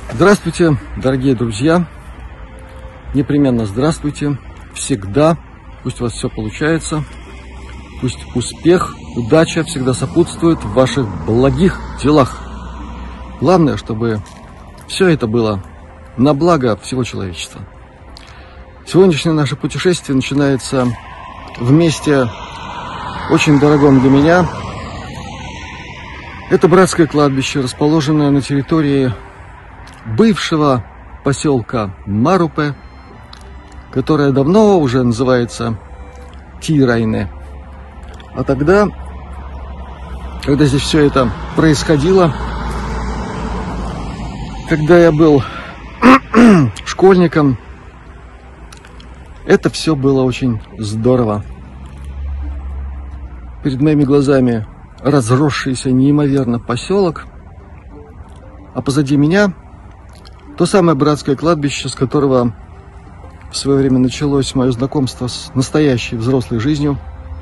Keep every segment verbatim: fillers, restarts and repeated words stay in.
Здравствуйте, дорогие друзья, непременно здравствуйте, всегда, пусть у вас все получается, пусть успех, удача всегда сопутствует в ваших благих делах. Главное, чтобы все это было на благо всего человечества. Сегодняшнее наше путешествие начинается в месте очень дорогом для меня. Это братское кладбище, расположенное на территории бывшего поселка Марупе, которое давно уже называется Тирайне. А тогда, когда здесь все это происходило, когда я был школьником, это все было очень здорово. Перед моими глазами разросшийся неимоверно поселок, а позади меня то самое братское кладбище, с которого в свое время началось мое знакомство с настоящей взрослой жизнью,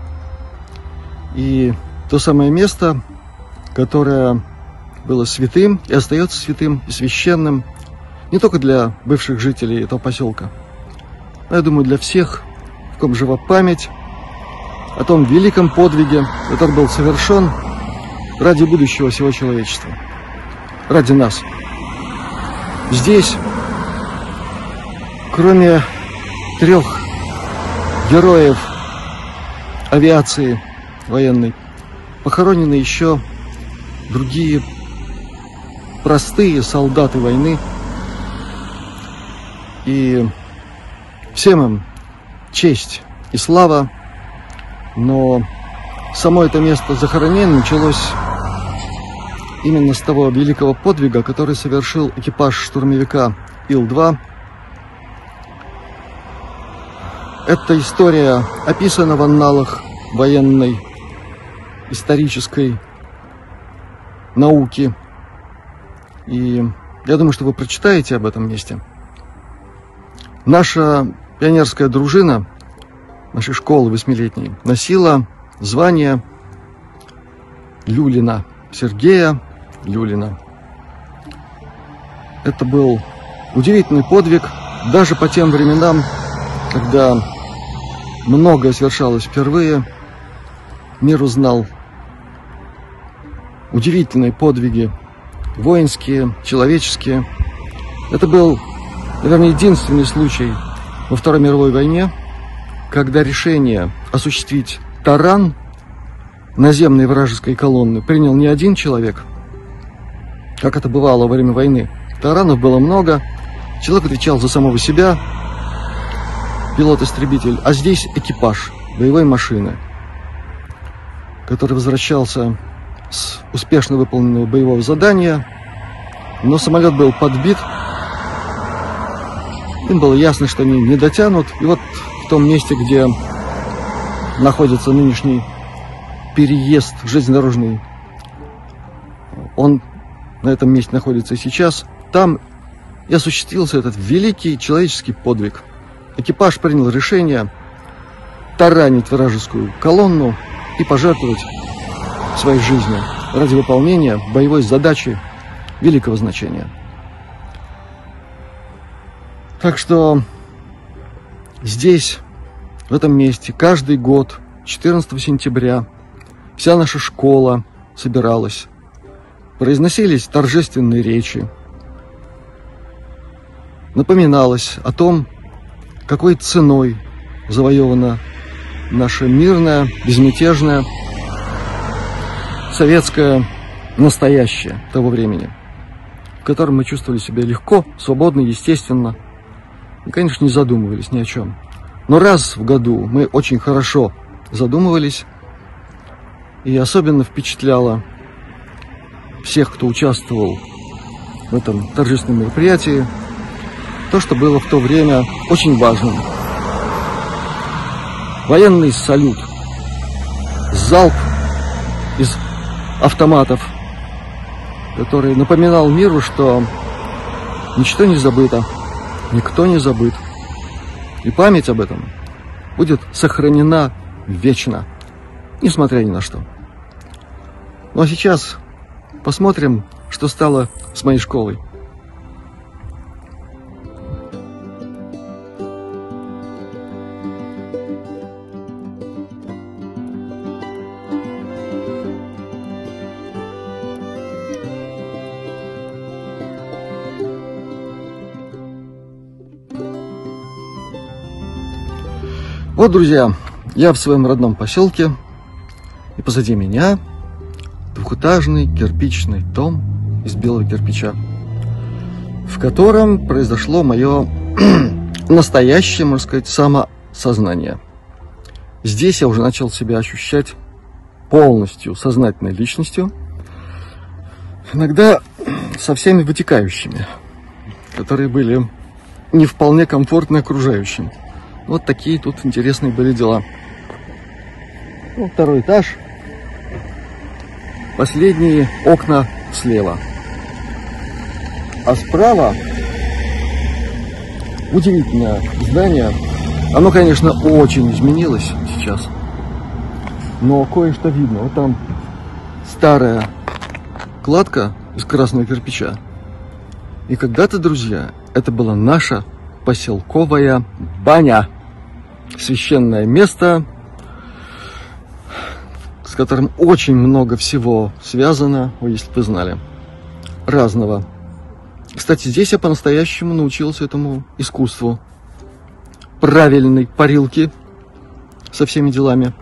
и то самое место, которое было святым и остается святым и священным не только для бывших жителей этого поселка, но, я думаю, для всех, в ком жива память о том великом подвиге, который был совершен ради будущего всего человечества, ради нас. Здесь, кроме трех героев авиации военной, похоронены еще другие простые солдаты войны. И всем им честь и слава. Но само это место захоронения началось именно с того великого подвига, который совершил экипаж штурмовика Ил два. Эта история описана в анналах военной исторической науки. И я думаю, что вы прочитаете об этом месте. Наша пионерская дружина нашей школы восьмилетней носила звание Люлина, Сергея Люлина. Это был удивительный подвиг, даже по тем временам, когда многое совершалось впервые. Мир узнал удивительные подвиги, воинские, человеческие. Это был, наверное, единственный случай во Второй мировой войне, когда решение осуществить таран наземной вражеской колонны принял не один человек, как это бывало во время войны. Таранов было много, человек отвечал за самого себя, пилот-истребитель, а здесь экипаж боевой машины, который возвращался с успешно выполненного боевого задания, но самолет был подбит, им было ясно, что они не дотянут, и вот в том месте, где находится нынешний переезд железнодорожный, он на этом месте находится и сейчас, там и осуществился этот великий человеческий подвиг. Экипаж принял решение таранить вражескую колонну и пожертвовать своей жизнью ради выполнения боевой задачи великого значения. Так что здесь, в этом месте, каждый год, четырнадцатого сентября, вся наша школа собиралась, произносились торжественные речи, напоминалось о том, какой ценой завоевана наша мирная, безмятежная, советское настоящее того времени, в котором мы чувствовали себя легко, свободно, естественно, и, конечно, не задумывались ни о чем. Но раз в году мы очень хорошо задумывались, и особенно впечатляло всех, кто участвовал в этом торжественном мероприятии, то, что было в то время очень важным. Военный салют, залп из автоматов, который напоминал миру, что ничто не забыто, никто не забыт, и память об этом будет сохранена вечно, несмотря ни на что. Ну а сейчас посмотрим, что стало с моей школой. Вот, друзья, я в своем родном поселке, и позади меня двухэтажный кирпичный дом из белого кирпича, в котором произошло мое настоящее, можно сказать, самосознание. Здесь я уже начал себя ощущать полностью сознательной личностью, иногда со всеми вытекающими, которые были не вполне комфортны окружающим. Вот такие тут интересные были дела. Ну, второй этаж. Последние окна слева. А справа удивительное здание. Оно, конечно, очень изменилось сейчас. Но кое-что видно. Вот там старая кладка из красного кирпича. И когда-то, друзья, это была наша поселковая баня. Священное место, с которым очень много всего связано, если бы вы знали, разного. Кстати, здесь я по-настоящему научился этому искусству правильной парилки со всеми делами.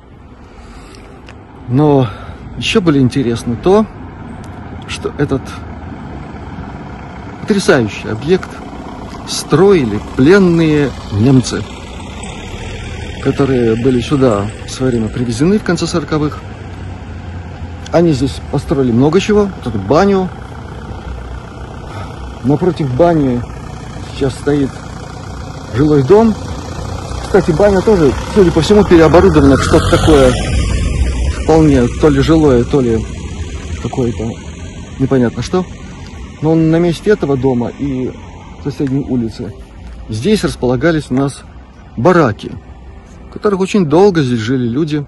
Но еще более интересно то, что этот потрясающий объект строили пленные немцы, которые были сюда в свое время привезены в конце сороковых. Они здесь построили много чего. Тут баню. Напротив бани сейчас стоит жилой дом. Кстати, баня тоже, судя по всему, переоборудована в что-то такое вполне то ли жилое, то ли какое-то непонятно что. Но на месте этого дома и соседней улицы здесь располагались у нас бараки, в которых очень долго здесь жили люди.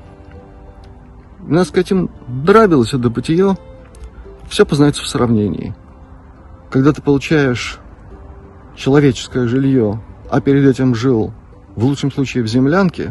Нас к этим нравилось это бытие. Все познается в сравнении. Когда ты получаешь человеческое жилье, а перед этим жил, в лучшем случае, в землянке,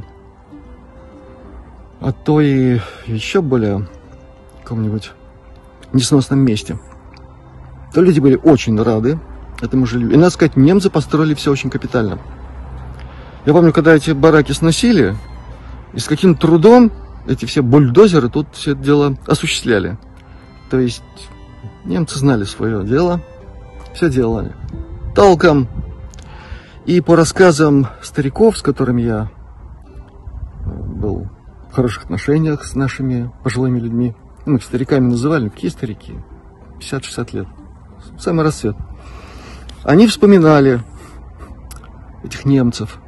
а то и еще более каком-нибудь несносном месте, то люди были очень рады этому жилью. И, надо сказать, немцы построили все очень капитально. Я помню, когда эти бараки сносили, и с каким трудом эти все бульдозеры тут все это дело осуществляли. То есть немцы знали свое дело, все делали толком. И по рассказам стариков, с которыми я был в хороших отношениях с нашими пожилыми людьми, мы их стариками называли, какие старики? пятьдесят-шестьдесят лет. Самый расцвет. Они вспоминали этих немцев.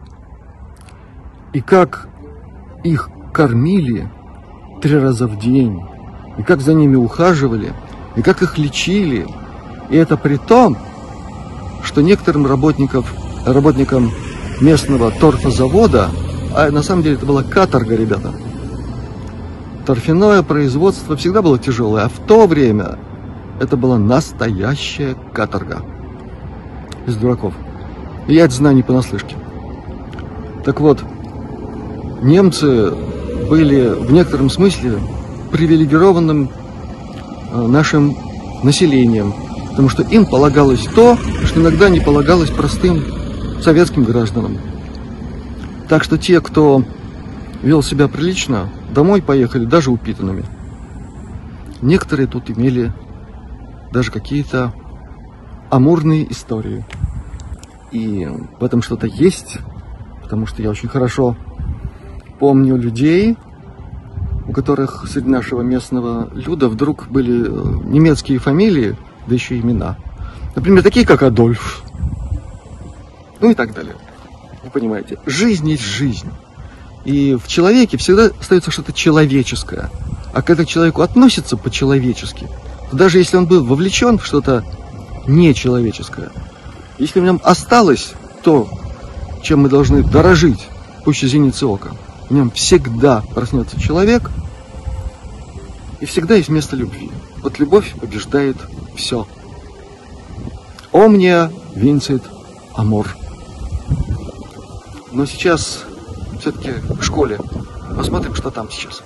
И как их кормили три раза в день. И как за ними ухаживали. И как их лечили. И это при том, что некоторым работникам, работникам местного торфозавода, а на самом деле это была каторга, ребята. Торфяное производство всегда было тяжелое, а в то время это была настоящая каторга. Из дураков. И я это знаю не понаслышке. Так вот, немцы были в некотором смысле привилегированным нашим населением, потому что им полагалось то, что иногда не полагалось простым советским гражданам. Так что те, кто вел себя прилично, домой поехали даже упитанными. Некоторые тут имели даже какие-то амурные истории. И в этом что-то есть, потому что я очень хорошо помню людей, у которых среди нашего местного люда вдруг были немецкие фамилии, да еще и имена. Например, такие, как Адольф. Ну и так далее. Вы понимаете, жизнь есть жизнь. И в человеке всегда остается что-то человеческое. А когда к человеку относятся по-человечески, то даже если он был вовлечен в что-то нечеловеческое, если в нем осталось то, чем мы должны дорожить, пуще зеницы ока, в нем всегда проснется человек, и всегда есть место любви. Вот любовь побеждает все. Omnia vincit amor. Но сейчас все-таки в школе. Посмотрим, что там сейчас.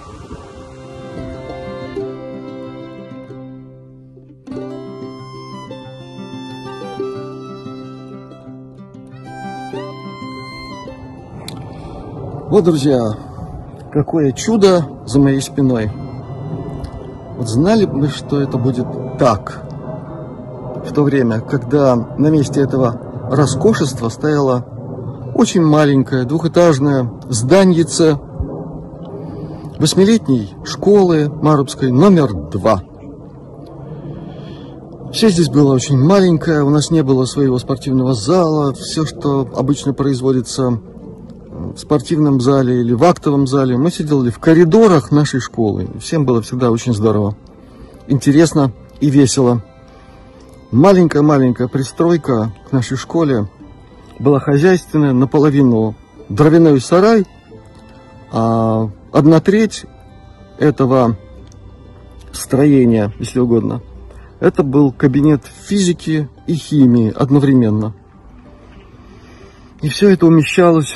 Вот, друзья, какое чудо за моей спиной. Вот знали бы мы, что это будет так. В то время, когда на месте этого роскошества стояло очень маленькое двухэтажное зданице восьмилетней школы Марубской номер два. Все здесь было очень маленькое, у нас не было своего спортивного зала. Все, что обычно производится в спортивном зале или в актовом зале, мы все делали в коридорах нашей школы. Всем было всегда очень здорово, интересно и весело. Маленькая-маленькая пристройка к нашей школе была хозяйственная, наполовину дровяной сарай, а одна треть этого строения, если угодно, это был кабинет физики и химии одновременно. И все это умещалось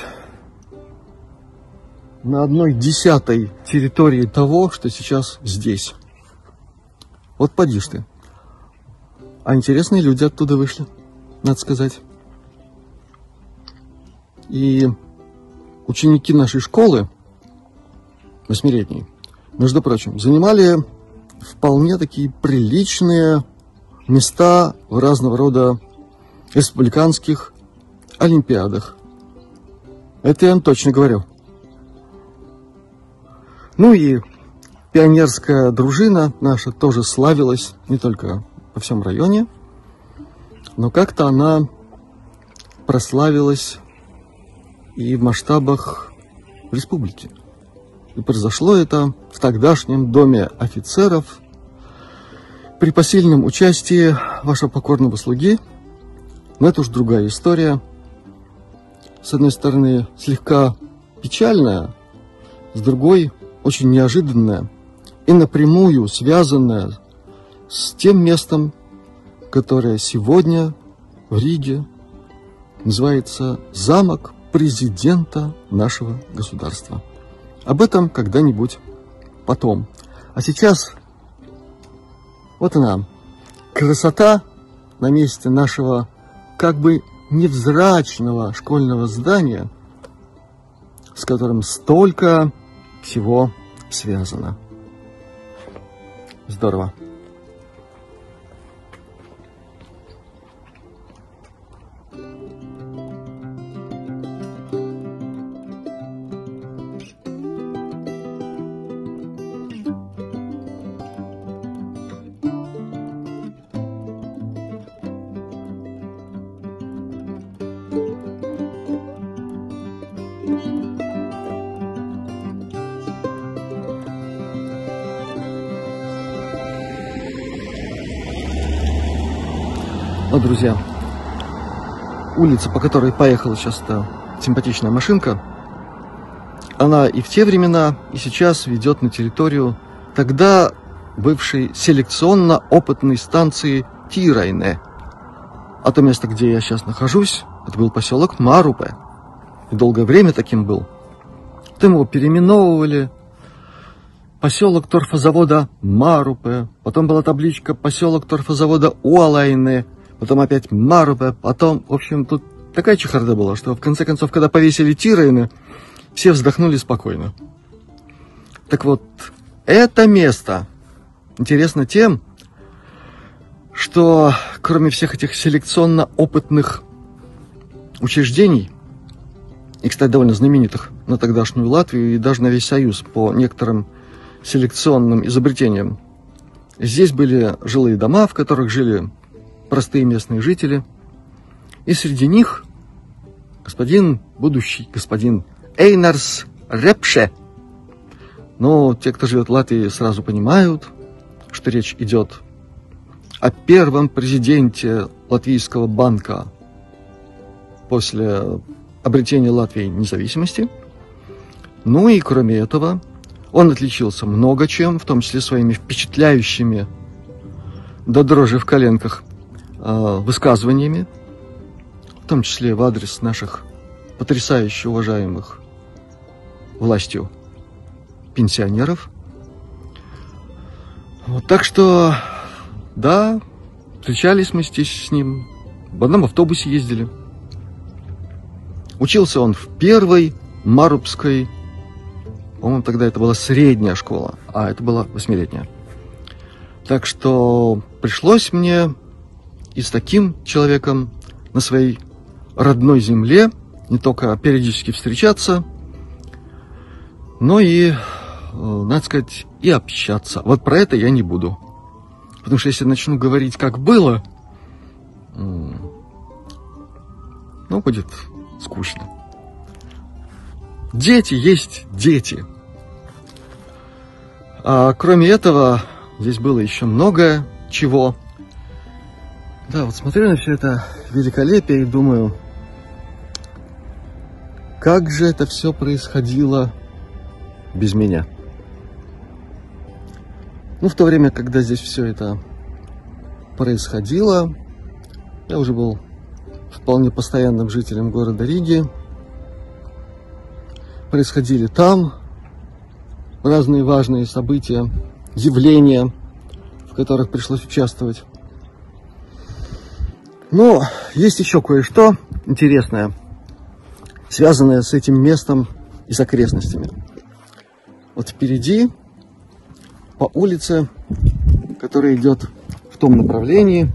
на одной десятой территории того, что сейчас здесь. Вот поди ж ты. А интересные люди оттуда вышли, надо сказать. И ученики нашей школы, восьмилетней, между прочим, занимали вполне такие приличные места в разного рода республиканских олимпиадах. Это я вам точно говорю. Ну и пионерская дружина наша тоже славилась не только по всем районе, но как-то она прославилась и в масштабах республики. И произошло это в тогдашнем доме офицеров при посильном участии вашего покорного слуги. Но это уж другая история. С одной стороны, слегка печальная, с другой, очень неожиданная и напрямую связанная с тем местом, которое сегодня в Риге называется замок президента нашего государства. Об этом когда-нибудь потом. А сейчас вот она, красота на месте нашего как бы невзрачного школьного здания, с которым столько всего связано. Здорово. Вот, друзья, улица, по которой поехала сейчас эта симпатичная машинка, она и в те времена, и сейчас ведет на территорию тогда бывшей селекционно-опытной станции Тирайне. А то место, где я сейчас нахожусь, это был поселок Марупе. И долгое время таким был. Потом его переименовывали. Поселок торфозавода Марупе. Потом была табличка поселок торфозавода Уалайне. Потом опять Марупе. Потом, в общем, тут такая чехарда была, что в конце концов, когда повесили Тирайне, все вздохнули спокойно. Так вот, это место интересно тем, что кроме всех этих селекционно-опытных учреждений, и, кстати, довольно знаменитых на тогдашнюю Латвию и даже на весь Союз по некоторым селекционным изобретениям, здесь были жилые дома, в которых жили простые местные жители, и среди них господин, будущий господин Эйнарс Репше. Но те, кто живет в Латвии, сразу понимают, что речь идет о первом президенте Латвийского банка после обретения Латвии независимости. Ну и кроме этого, он отличился много чем, в том числе своими впечатляющими до дрожи в коленках э, высказываниями, в том числе в адрес наших потрясающе уважаемых властью пенсионеров. Вот, так что, да, встречались мы здесь с ним, в одном автобусе ездили. Учился он в первой Марубской, по-моему, тогда это была средняя школа, а это была восьмилетняя. Так что пришлось мне и с таким человеком на своей родной земле не только периодически встречаться, но и, надо сказать, и общаться. Вот про это я не буду. Потому что если начну говорить, как было, ну, будет скучно. Дети есть дети. А кроме этого, здесь было еще многое чего. Да, вот смотрю на все это великолепие и думаю, как же это все происходило без меня. Ну, в то время, когда здесь все это происходило, я уже был вполне постоянным жителем города Риги. Происходили там разные важные события, явления, в которых пришлось участвовать. Но есть еще кое-что интересное, связанное с этим местом и с окрестностями. Вот впереди, по улице, которая идет в том направлении,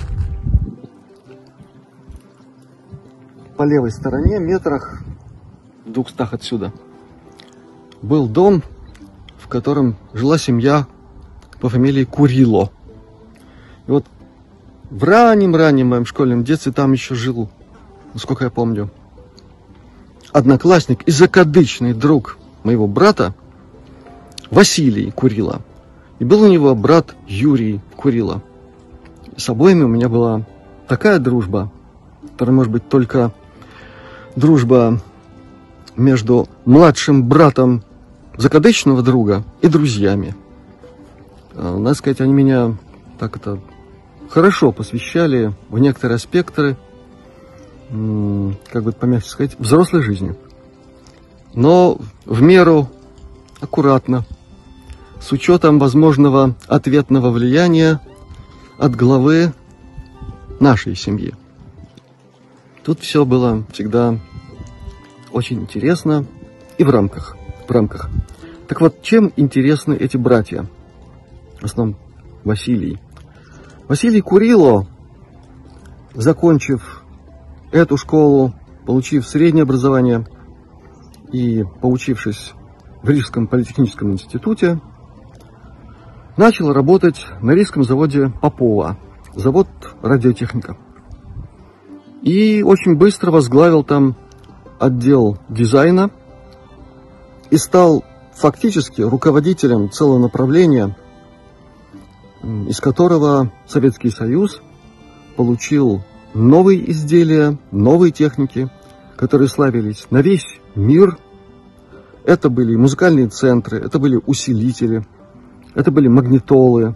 по левой стороне, метрах в двухстах отсюда, был дом, в котором жила семья по фамилии Курило. И вот в раннем-раннем моем школьном детстве там еще жил, насколько я помню, одноклассник и закадычный друг моего брата Василий Курило. И был у него брат Юрий Курило. И с обоими у меня была такая дружба, которая может быть только дружба между младшим братом закадычного друга и друзьями. Надо сказать, они меня так это хорошо посвящали в некоторые аспекты, как бы помягче сказать, взрослой жизни. Но в меру аккуратно, с учетом возможного ответного влияния от главы нашей семьи. Тут все было всегда очень интересно и в рамках. В рамках. Так вот, чем интересны эти братья? В основном Василий. Василий Курило, закончив эту школу, получив среднее образование и поучившись в Рижском политехническом институте, начал работать на рижском заводе Попова, завод радиотехника. И очень быстро возглавил там отдел дизайна и стал фактически руководителем целого направления, из которого Советский Союз получил новые изделия, новые техники, которые славились на весь мир. Это были музыкальные центры, это были усилители, это были магнитолы.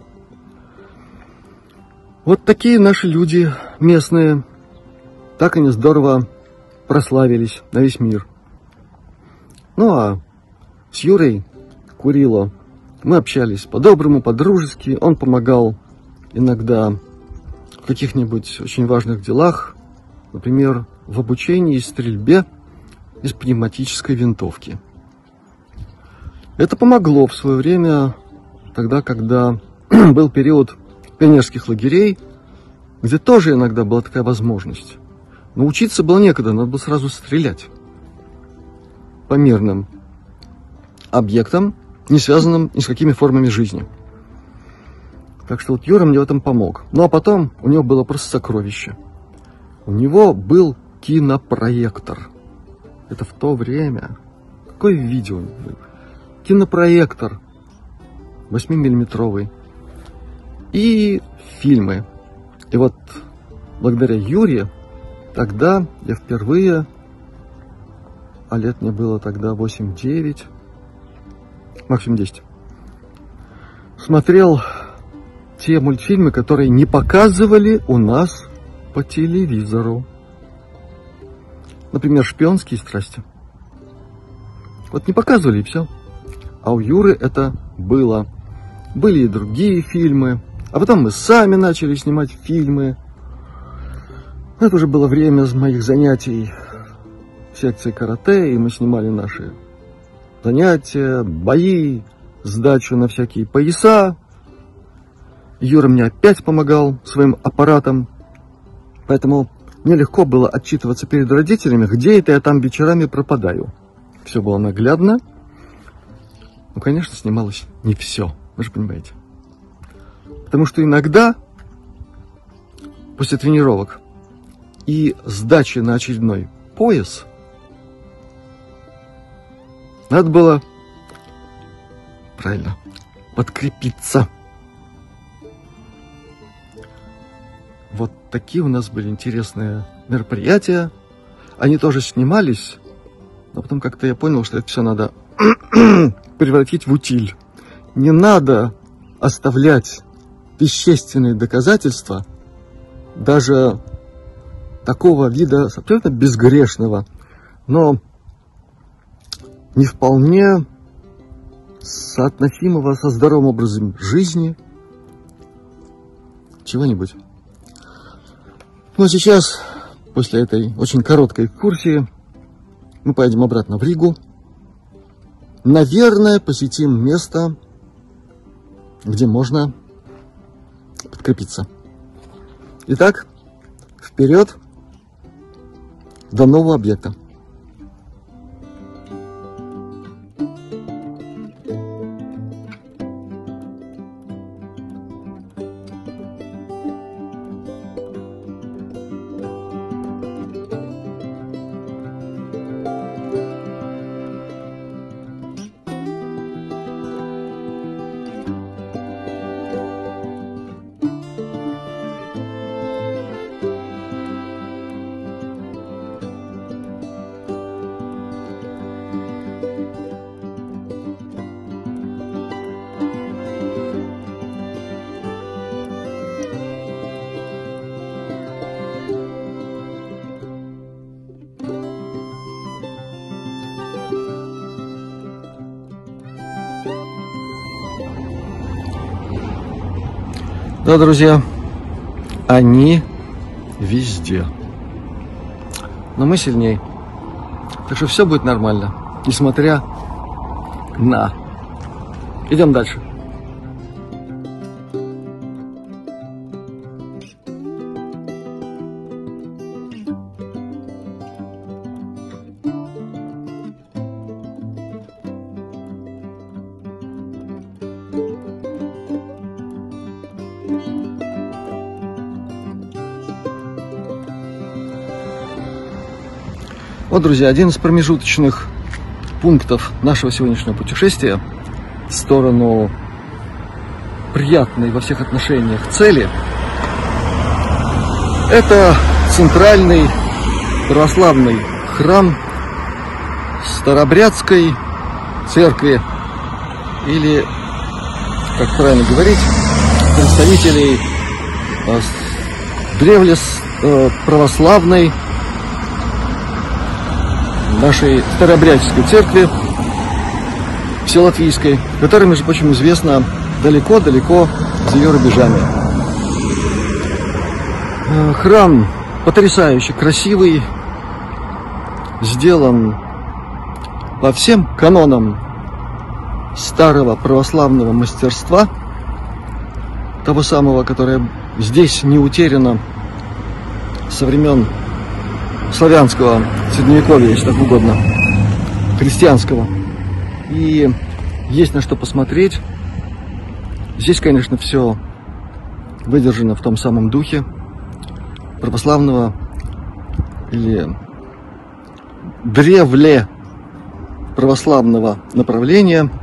Вот такие наши люди местные, так они здорово прославились на весь мир. Ну а с Юрой Курило мы общались по-доброму, по-дружески. Он помогал иногда в каких-нибудь очень важных делах, например, в обучении и стрельбе из пневматической винтовки. Это помогло в свое время, тогда, когда был период пионерских лагерей, где тоже иногда была такая возможность. Но учиться было некогда, надо было сразу стрелять по мирным объектам, не связанным ни с какими формами жизни. Так что вот Юра мне в этом помог. Ну а потом у него было просто сокровище. У него был кинопроектор. Это в то время. Какое видео? Кинопроектор восьмимиллиметровый. И фильмы. И вот благодаря Юре тогда я впервые, а лет мне было тогда восемь-девять, максимум десять, смотрел те мультфильмы, которые не показывали у нас по телевизору. Например, «Шпионские страсти». Вот не показывали, и все. А у Юры это было. Были и другие фильмы. А потом мы сами начали снимать фильмы. Это уже было время моих занятий секции карате, и мы снимали наши занятия, бои, сдачу на всякие пояса. Юра мне опять помогал своим аппаратом, поэтому мне легко было отчитываться перед родителями, где это я там вечерами пропадаю. Все было наглядно. Ну, конечно, снималось не все, вы же понимаете. Потому что иногда после тренировок и сдачи на очередной пояс надо было, правильно, подкрепиться. Вот такие у нас были интересные мероприятия. Они тоже снимались, но потом как-то я понял, что это все надо превратить в утиль. Не надо оставлять вещественные доказательства даже такого вида абсолютно безгрешного, но не вполне соотносимого со здоровым образом жизни чего-нибудь. Ну а сейчас, после этой очень короткой экскурсии, мы поедем обратно в Ригу. Наверное, посетим место, где можно подкрепиться. Итак, вперед до нового объекта. Да, друзья, они везде. Но мы сильнее. Так что все будет нормально, несмотря на. Идем дальше. Вот, друзья, один из промежуточных пунктов нашего сегодняшнего путешествия в сторону приятной во всех отношениях цели – это центральный православный храм Старобрядской церкви, или, как правильно говорить, представителей древле православной нашей Старообрядческой церкви Вселатвийской, которая, между прочим, известна далеко-далеко за ее рубежами. Храм потрясающе красивый, сделан по всем канонам старого православного мастерства, того самого, которое здесь не утеряно со времен славянского средневековья, если так угодно, христианского. И есть на что посмотреть. Здесь, конечно, все выдержано в том самом духе православного или древле православного направления.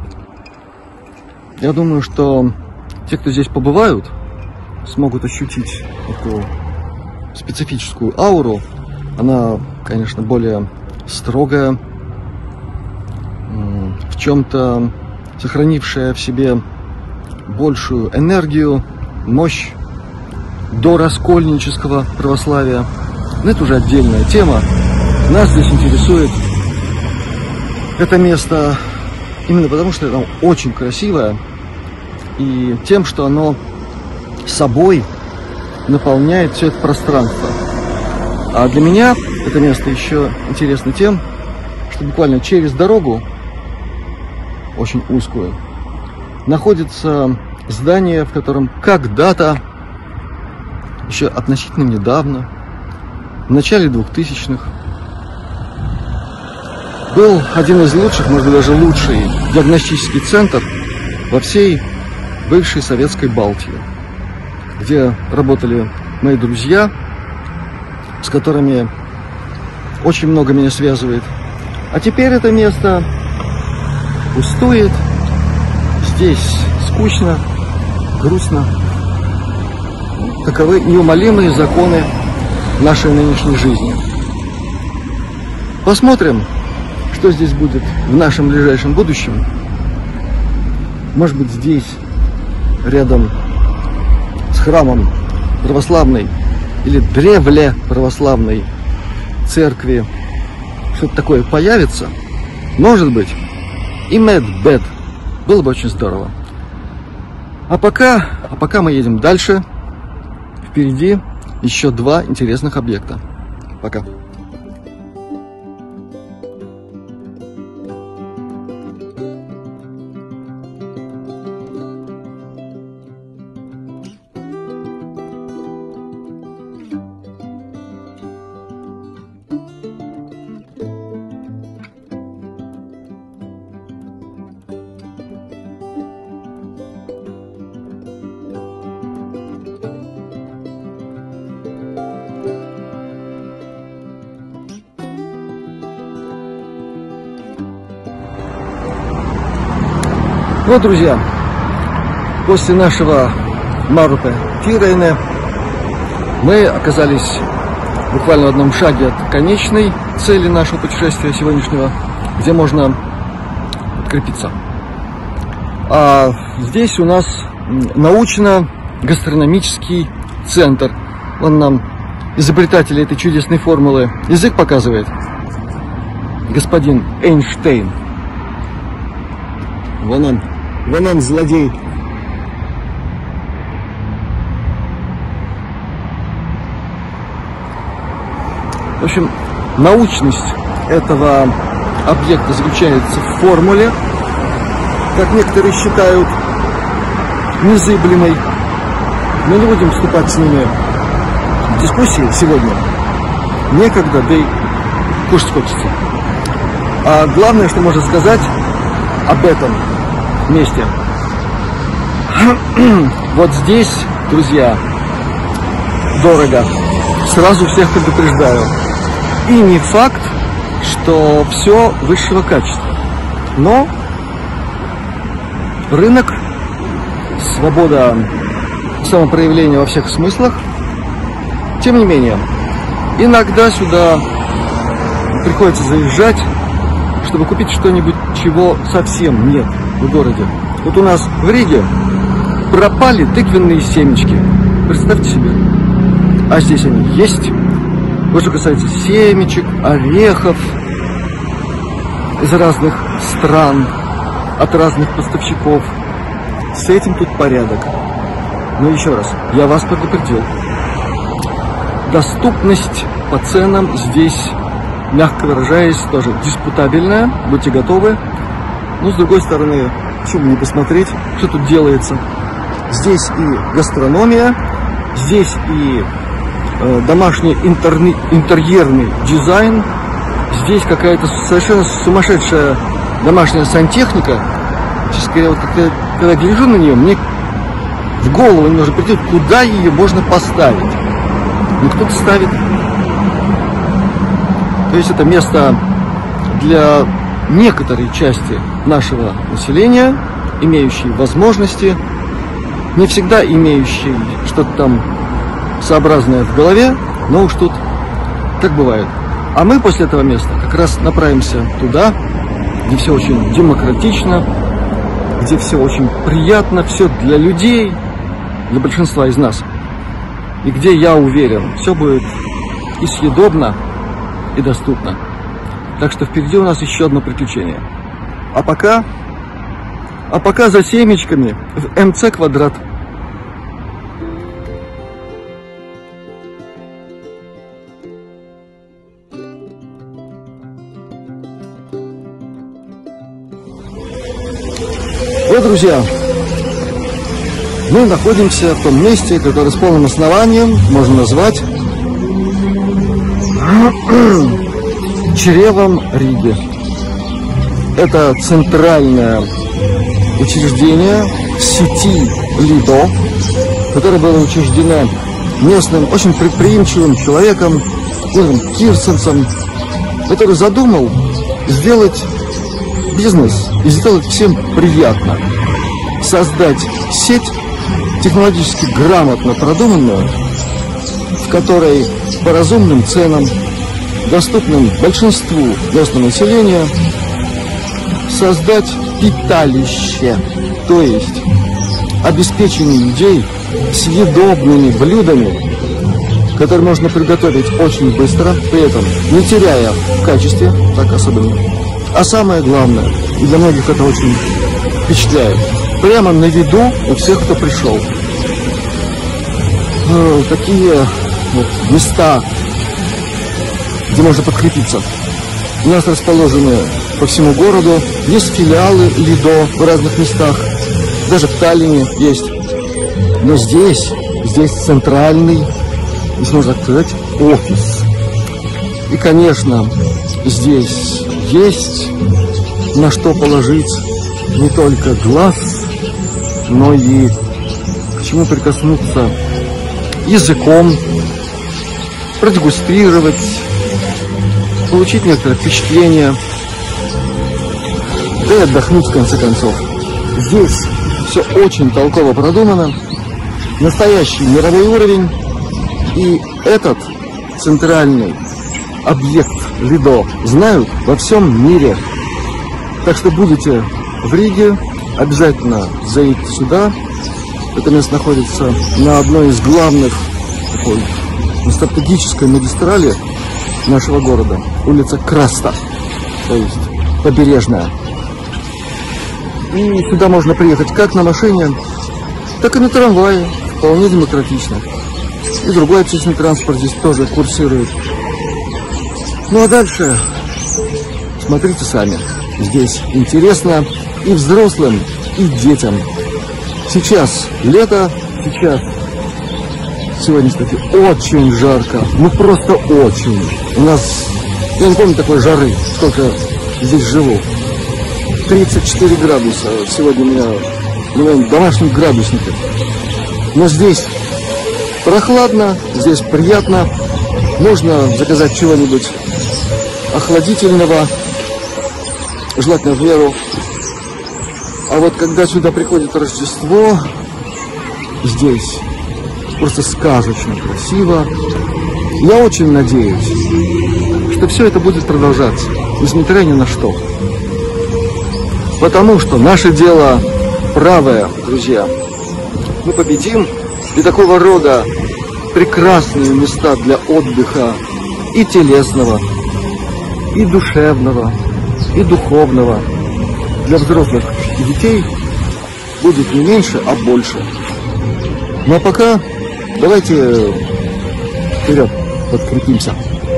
Я думаю, что те, кто здесь побывают, смогут ощутить эту специфическую ауру. Она, конечно, более строгая, в чем-то сохранившая в себе большую энергию, мощь до раскольнического православия. Но это уже отдельная тема. Нас здесь интересует это место именно потому, что оно очень красивое, и тем, что оно собой наполняет все это пространство. А для меня это место еще интересно тем, что буквально через дорогу, очень узкую, находится здание, в котором когда-то, еще относительно недавно, в начале двухтысячных, был один из лучших, может быть даже лучший диагностический центр во всей бывшей советской Балтии, где работали мои друзья, с которыми очень много меня связывает. А теперь это место пустует, здесь скучно, грустно. Таковы неумолимые законы нашей нынешней жизни. Посмотрим, что здесь будет в нашем ближайшем будущем. Может быть, здесь, рядом с храмом православной или древле православной церкви, что-то такое появится. Может быть, и Медбет. Было бы очень здорово. А пока, а пока мы едем дальше. Впереди еще два интересных объекта. Пока. Вот, друзья, после нашего Марупе Тирейне мы оказались буквально в одном шаге от конечной цели нашего путешествия сегодняшнего, где можно подкрепиться. А здесь у нас научно-гастрономический центр. Он нам, изобретатель этой чудесной формулы, язык показывает. Господин Эйнштейн. Вон он. Вон он, злодей. В общем, научность этого объекта заключается в формуле, как некоторые считают, незыблемой. Мы не будем вступать с ними в дискуссии сегодня. Некогда, да и кушать хочется. А главное, что можно сказать об этом месте. Вот здесь, друзья, дорого. Сразу всех предупреждаю. И не факт, что все высшего качества. Но рынок, свобода самопроявления во всех смыслах. Тем не менее, иногда сюда приходится заезжать, чтобы купить что-нибудь, чего совсем нет в городе. Вот у нас в Риге пропали тыквенные семечки. Представьте себе. А здесь они есть. Вот что касается семечек, орехов из разных стран, от разных поставщиков. С этим тут порядок. Но еще раз, я вас предупредил. Доступность по ценам здесь, мягко выражаясь, тоже диспутабельная. Будьте готовы. Но с другой стороны, почему бы не посмотреть, что тут делается. Здесь и гастрономия, здесь и э, домашний интерни, интерьерный дизайн, здесь какая-то совершенно сумасшедшая домашняя сантехника. Честно говоря, вот когда, когда гляжу на нее, мне в голову немножко придет, куда ее можно поставить. Ну, кто-то ставит. То есть это место для некоторой части нашего населения, имеющей возможности, не всегда имеющей что-то там сообразное в голове, но уж тут так бывает. А мы после этого места как раз направимся туда, где все очень демократично, где все очень приятно, все для людей, для большинства из нас. И где, я уверен, все будет и съедобно, и доступно. Так что впереди у нас еще одно приключение. А пока, а пока за семечками в эм цэ квадрат. Вот, друзья, мы находимся в том месте, которое с полным основанием можно назвать чревом Риги. Это центральное учреждение сети Лидо, которое было учреждено местным, очень предприимчивым человеком, кирсенцем, который задумал сделать бизнес и сделать всем приятно. Создать сеть, технологически грамотно продуманную, в которой по разумным ценам, доступным большинству местного населения, создать питалище, то есть обеспечение людей съедобными блюдами, которые можно приготовить очень быстро, при этом не теряя в качестве, так особенно. А самое главное, и для многих это очень впечатляет, прямо на виду у всех, кто пришел. Ну, такие вот места, где можно подкрепиться, у нас расположены по всему городу. Есть филиалы Лидо в разных местах, даже в Таллине есть. Но здесь, здесь центральный, если можно так сказать, офис. И, конечно, здесь есть на что положить не только глаз, но и к чему прикоснуться языком, продегустрировать, получить некоторое впечатление, да и отдохнуть в конце концов. Здесь все очень толково продумано, настоящий мировой уровень, и этот центральный объект Лидо знают во всем мире. Так что будете в Риге, обязательно заедьте сюда. Это место находится на одной из главных такой, на стратегической магистрали нашего города, улица Краста, то есть побережная. И сюда можно приехать как на машине, так и на трамвае, вполне демократично. И другой общественный транспорт здесь тоже курсирует. Ну а дальше смотрите сами. Здесь интересно и взрослым, и детям. Сейчас лето, сейчас сегодня, кстати, очень жарко. Ну просто очень. У нас, я не помню такой жары, сколько здесь живу. тридцать четыре градуса. Сегодня у меня, у меня домашний градусник. Но здесь прохладно, здесь приятно. Можно заказать чего-нибудь охладительного, желательно в меру. А вот когда сюда приходит Рождество, здесь просто сказочно красиво. Я очень надеюсь, что все это будет продолжаться, несмотря ни на что. Потому что наше дело правое, друзья. Мы победим, и такого рода прекрасные места для отдыха и телесного, и душевного, и духовного для взрослых и детей будет не меньше, а больше. Ну а пока давайте вперед подкрепимся.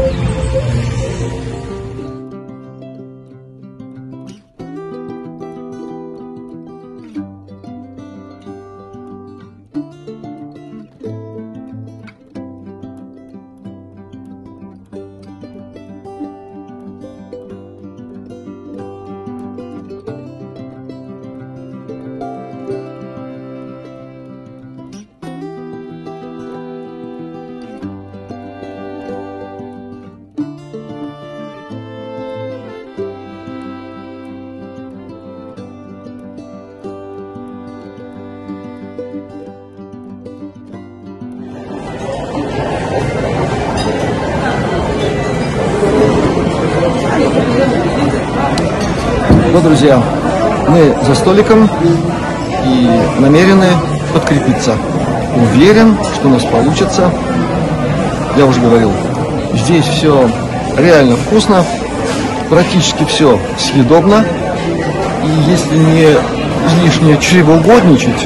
Вот, друзья, мы за столиком и намерены подкрепиться. Уверен, что у нас получится. Я уже говорил, здесь все реально вкусно, практически все съедобно. И если не излишне чревоугодничать,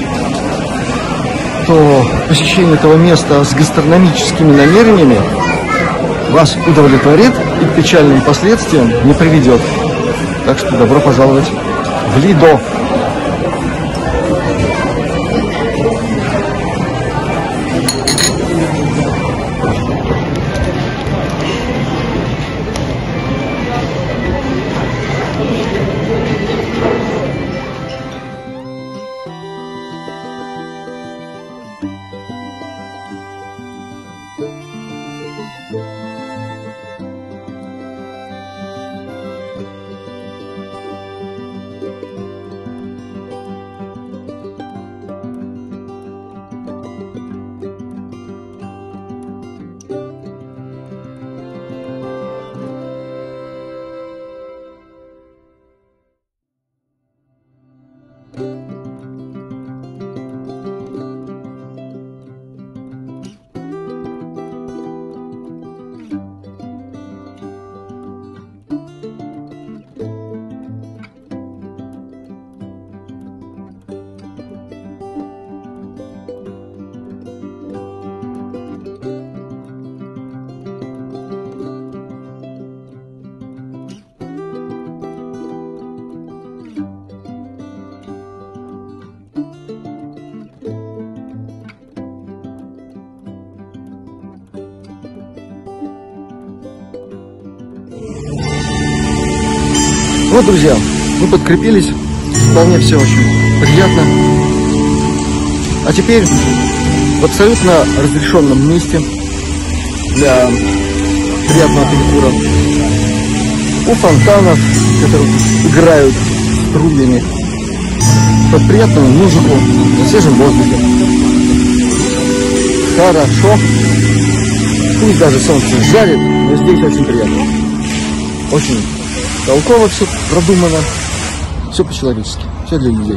то посещение этого места с гастрономическими намерениями вас удовлетворит и к печальным последствиям не приведет. Так что добро пожаловать в Лидо. Вот, друзья, мы подкрепились. Вполне все очень приятно. А теперь в абсолютно разрешенном месте для приятного перекура у фонтанов, которые играют струями, под приятную музыку, на свежем воздухе. Хорошо. Пусть даже солнце жарит, но здесь очень приятно. Очень толково все продумано. Все по-человечески. Все для людей.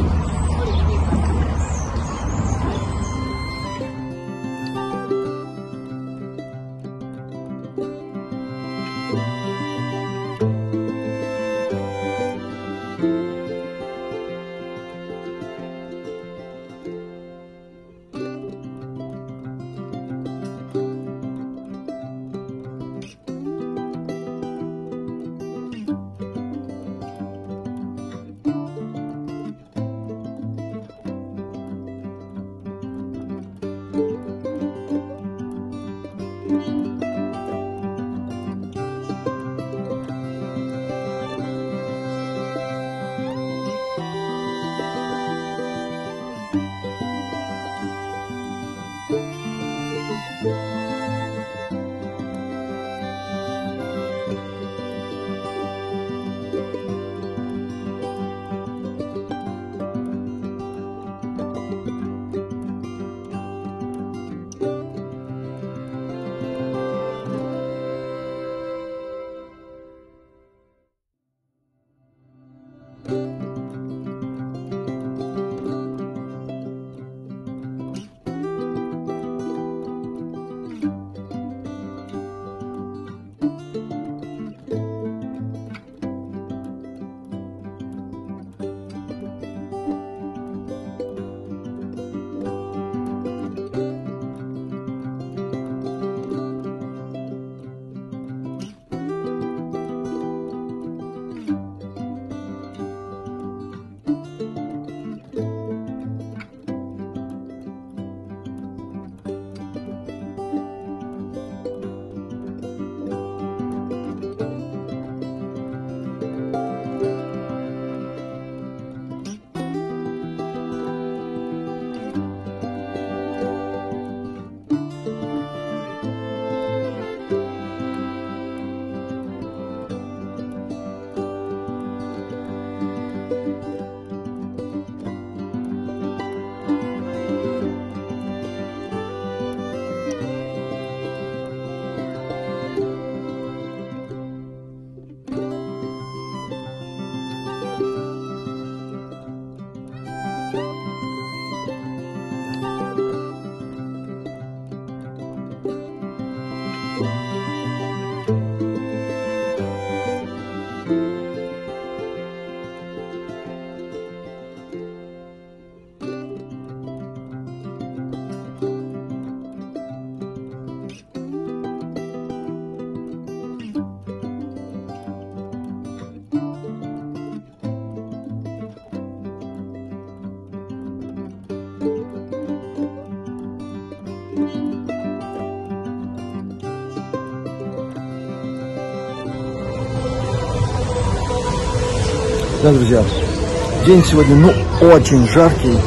Да, друзья, день сегодня, ну, очень жаркий,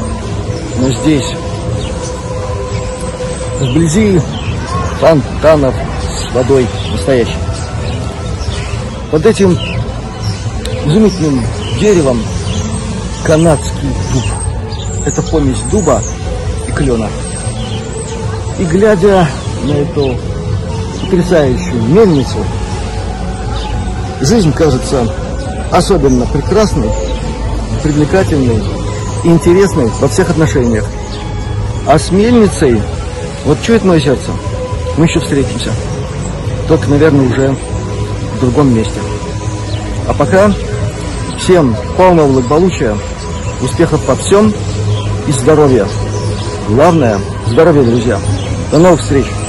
но здесь, вблизи фонтанов с водой настоящей. Под этим изумительным деревом канадский дуб. Это помесь дуба и клена. И глядя на эту потрясающую мельницу, жизнь кажется особенно прекрасной, привлекательной и интересной во всех отношениях. А с мельницей, вот чует мое сердце, мы еще встретимся. Только, наверное, уже в другом месте. А пока всем полного благополучия, успехов во всем и здоровья. Главное – здоровье, друзья. До новых встреч!